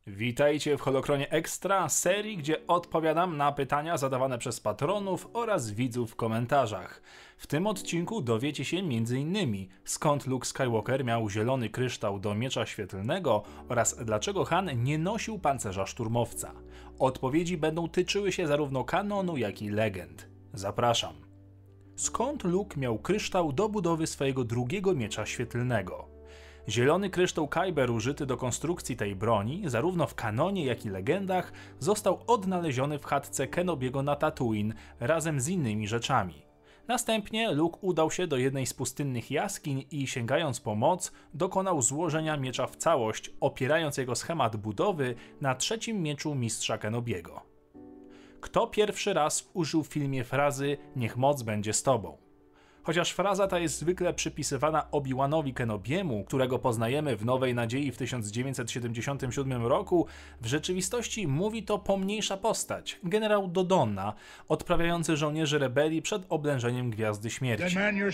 Witajcie w Holokronie Extra, serii, gdzie odpowiadam na pytania zadawane przez patronów oraz widzów w komentarzach. W tym odcinku dowiecie się m.in. skąd Luke Skywalker miał zielony kryształ do miecza świetlnego oraz dlaczego Han nie nosił pancerza szturmowca. Odpowiedzi będą tyczyły się zarówno kanonu, jak i legend. Zapraszam. Skąd Luke miał kryształ do budowy swojego drugiego miecza świetlnego? Zielony kryształ Kyber użyty do konstrukcji tej broni, zarówno w kanonie, jak i legendach, został odnaleziony w chatce Kenobiego na Tatooine razem z innymi rzeczami. Następnie Luke udał się do jednej z pustynnych jaskiń i sięgając po moc, dokonał złożenia miecza w całość, opierając jego schemat budowy na trzecim mieczu mistrza Kenobiego. Kto pierwszy raz użył w filmie frazy „Niech moc będzie z tobą”? Chociaż fraza ta jest zwykle przypisywana Obi-Wanowi Kenobiemu, którego poznajemy w Nowej Nadziei w 1977 roku, w rzeczywistości mówi to pomniejsza postać, generał Dodonna, odprawiający żołnierzy rebelii przed oblężeniem Gwiazdy Śmierci.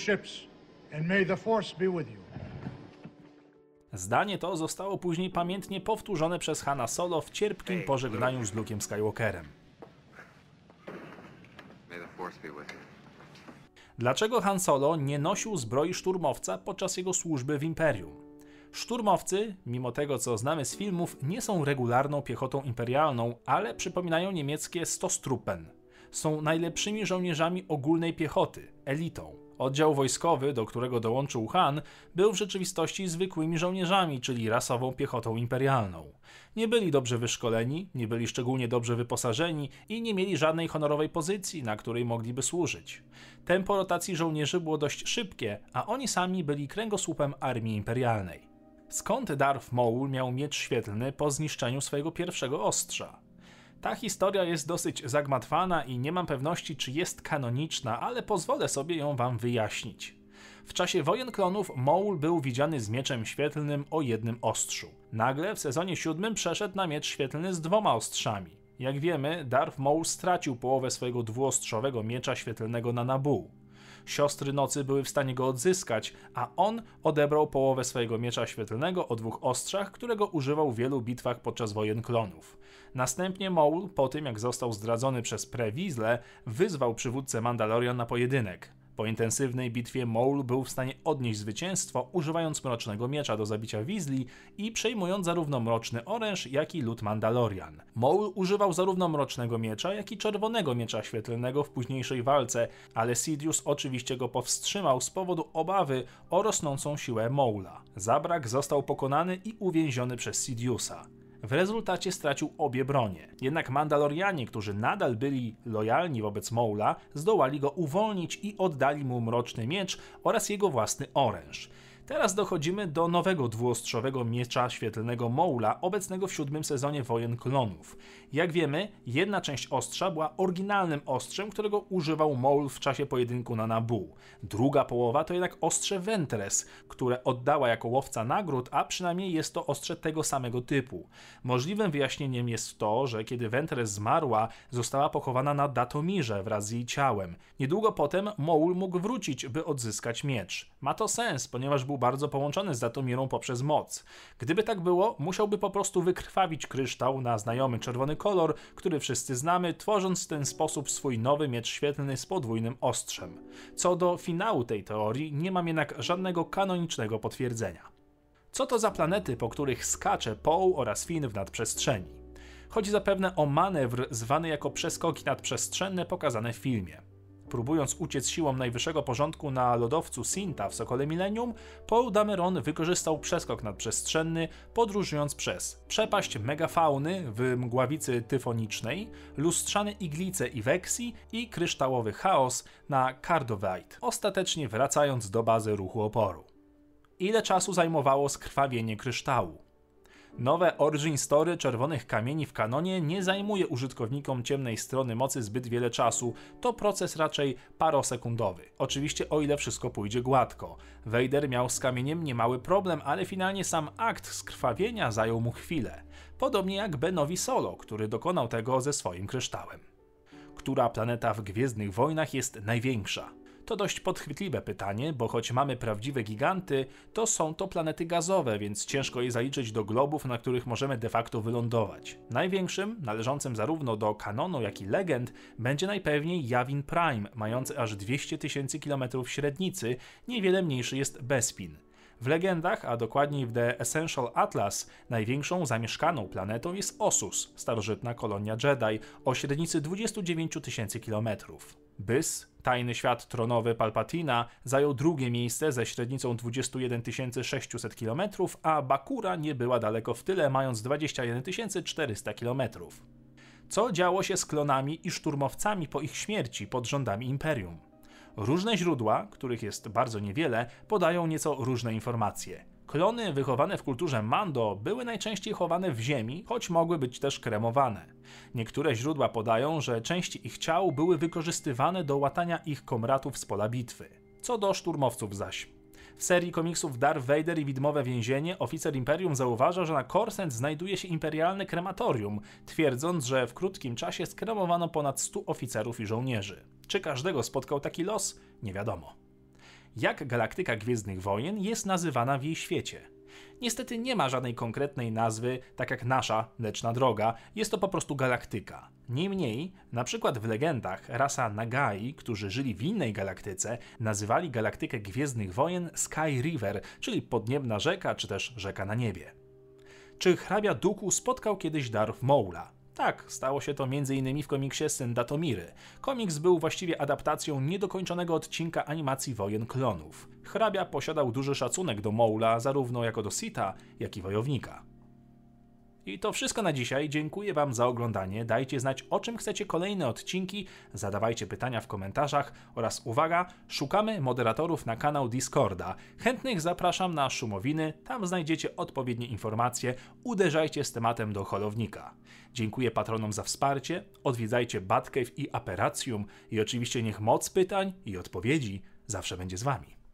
Zdanie to zostało później pamiętnie powtórzone przez Hana Solo w cierpkim pożegnaniu z Luke'em Skywalkerem. Dlaczego Han Solo nie nosił zbroi szturmowca podczas jego służby w Imperium? Szturmowcy, mimo tego co znamy z filmów, nie są regularną piechotą imperialną, ale przypominają niemieckie Stoßtruppen. Są najlepszymi żołnierzami ogólnej piechoty, elitą. Oddział wojskowy, do którego dołączył Han, był w rzeczywistości zwykłymi żołnierzami, czyli rasową piechotą imperialną. Nie byli dobrze wyszkoleni, nie byli szczególnie dobrze wyposażeni i nie mieli żadnej honorowej pozycji, na której mogliby służyć. Tempo rotacji żołnierzy było dość szybkie, a oni sami byli kręgosłupem armii imperialnej. Skąd Darth Maul miał miecz świetlny po zniszczeniu swojego pierwszego ostrza? Ta historia jest dosyć zagmatwana i nie mam pewności, czy jest kanoniczna, ale pozwolę sobie ją wam wyjaśnić. W czasie Wojen Klonów Maul był widziany z mieczem świetlnym o jednym ostrzu. Nagle w sezonie 7 przeszedł na miecz świetlny z 2 ostrzami. Jak wiemy, Darth Maul stracił połowę swojego dwuostrzowego miecza świetlnego na Naboo. Siostry Nocy były w stanie go odzyskać, a on odebrał połowę swojego miecza świetlnego o 2 ostrzach, którego używał w wielu bitwach podczas Wojen Klonów. Następnie Maul, po tym jak został zdradzony przez Pre Vizsla, wyzwał przywódcę Mandalorian na pojedynek. Po intensywnej bitwie Maul był w stanie odnieść zwycięstwo, używając mrocznego miecza do zabicia Vizsli i przejmując zarówno mroczny oręż, jak i lud Mandalorian. Maul używał zarówno mrocznego miecza, jak i czerwonego miecza świetlnego w późniejszej walce, ale Sidious oczywiście go powstrzymał z powodu obawy o rosnącą siłę Maula. Zabrak został pokonany i uwięziony przez Sidiousa. W rezultacie stracił obie bronie. Jednak Mandalorianie, którzy nadal byli lojalni wobec Maula, zdołali go uwolnić i oddali mu mroczny miecz oraz jego własny oręż. Teraz dochodzimy do nowego dwuostrzowego miecza świetlnego Maula, obecnego w 7 sezonie Wojen Klonów. Jak wiemy, jedna część ostrza była oryginalnym ostrzem, którego używał Maul w czasie pojedynku na Naboo. Druga połowa to jednak ostrze Ventress, które oddała jako łowca nagród, a przynajmniej jest to ostrze tego samego typu. Możliwym wyjaśnieniem jest to, że kiedy Ventress zmarła, została pochowana na Datomirze wraz z jej ciałem. Niedługo potem Maul mógł wrócić, by odzyskać miecz. Ma to sens, ponieważ był bardzo połączony z Datomirą poprzez moc. Gdyby tak było, musiałby po prostu wykrwawić kryształ na znajomy czerwony kolor, który wszyscy znamy, tworząc w ten sposób swój nowy miecz świetlny z podwójnym ostrzem. Co do finału tej teorii, nie mam jednak żadnego kanonicznego potwierdzenia. Co to za planety, po których skacze Poe oraz Finn w nadprzestrzeni? Chodzi zapewne o manewr zwany jako przeskoki nadprzestrzenne pokazane w filmie. Próbując uciec siłą najwyższego porządku na lodowcu Sinta w Sokole Millennium, Poe Dameron wykorzystał przeskok nadprzestrzenny, podróżując przez przepaść megafauny w mgławicy tyfonicznej, lustrzane iglice Iweksi i kryształowy chaos na Cardovite, ostatecznie wracając do bazy ruchu oporu. Ile czasu zajmowało skrwawienie kryształu? Nowe Origin Story Czerwonych Kamieni w kanonie nie zajmuje użytkownikom ciemnej strony mocy zbyt wiele czasu, to proces raczej parosekundowy. Oczywiście o ile wszystko pójdzie gładko. Vader miał z kamieniem niemały problem, ale finalnie sam akt skrwawienia zajął mu chwilę. Podobnie jak Benowi Solo, który dokonał tego ze swoim kryształem. Która planeta w Gwiezdnych Wojnach jest największa? To dość podchwytliwe pytanie, bo choć mamy prawdziwe giganty, to są to planety gazowe, więc ciężko je zaliczyć do globów, na których możemy de facto wylądować. Największym, należącym zarówno do kanonu, jak i legend, będzie najpewniej Yavin Prime, mający aż 200 000 km średnicy, niewiele mniejszy jest Bespin. W legendach, a dokładniej w The Essential Atlas, największą zamieszkaną planetą jest Ossus, starożytna kolonia Jedi, o średnicy 29 000 km. Bys, tajny świat tronowy Palpatina, zajął drugie miejsce ze średnicą 21 600 km, a Bakura nie była daleko w tyle, mając 21 400 km. Co działo się z klonami i szturmowcami po ich śmierci pod rządami Imperium? Różne źródła, których jest bardzo niewiele, podają nieco różne informacje. Klony wychowane w kulturze Mando były najczęściej chowane w ziemi, choć mogły być też kremowane. Niektóre źródła podają, że części ich ciał były wykorzystywane do łatania ich komratów z pola bitwy. Co do szturmowców zaś. W serii komiksów Darth Vader i Widmowe Więzienie oficer Imperium zauważa, że na Coruscant znajduje się imperialne krematorium, twierdząc, że w krótkim czasie skremowano ponad 100 oficerów i żołnierzy. Czy każdego spotkał taki los? Nie wiadomo. Jak galaktyka Gwiezdnych Wojen jest nazywana w jej świecie? Niestety nie ma żadnej konkretnej nazwy, tak jak nasza Mleczna Droga, jest to po prostu galaktyka. Niemniej, na przykład w legendach rasa Nagai, którzy żyli w innej galaktyce, nazywali galaktykę Gwiezdnych Wojen Sky River, czyli podniebna rzeka, czy też rzeka na niebie. Czy hrabia Dooku spotkał kiedyś Darth Maula? Tak, stało się to m.in. w komiksie Syn Datomiry. Komiks był właściwie adaptacją niedokończonego odcinka animacji Wojen Klonów. Hrabia posiadał duży szacunek do Maula, zarówno jako do Sitha, jak i wojownika. I to wszystko na dzisiaj. Dziękuję Wam za oglądanie. Dajcie znać, o czym chcecie kolejne odcinki, zadawajcie pytania w komentarzach oraz uwaga, szukamy moderatorów na kanał Discorda. Chętnych zapraszam na Szumowiny, tam znajdziecie odpowiednie informacje, uderzajcie z tematem do holownika. Dziękuję patronom za wsparcie, odwiedzajcie Batcave i Aperacjum i oczywiście niech moc pytań i odpowiedzi zawsze będzie z Wami.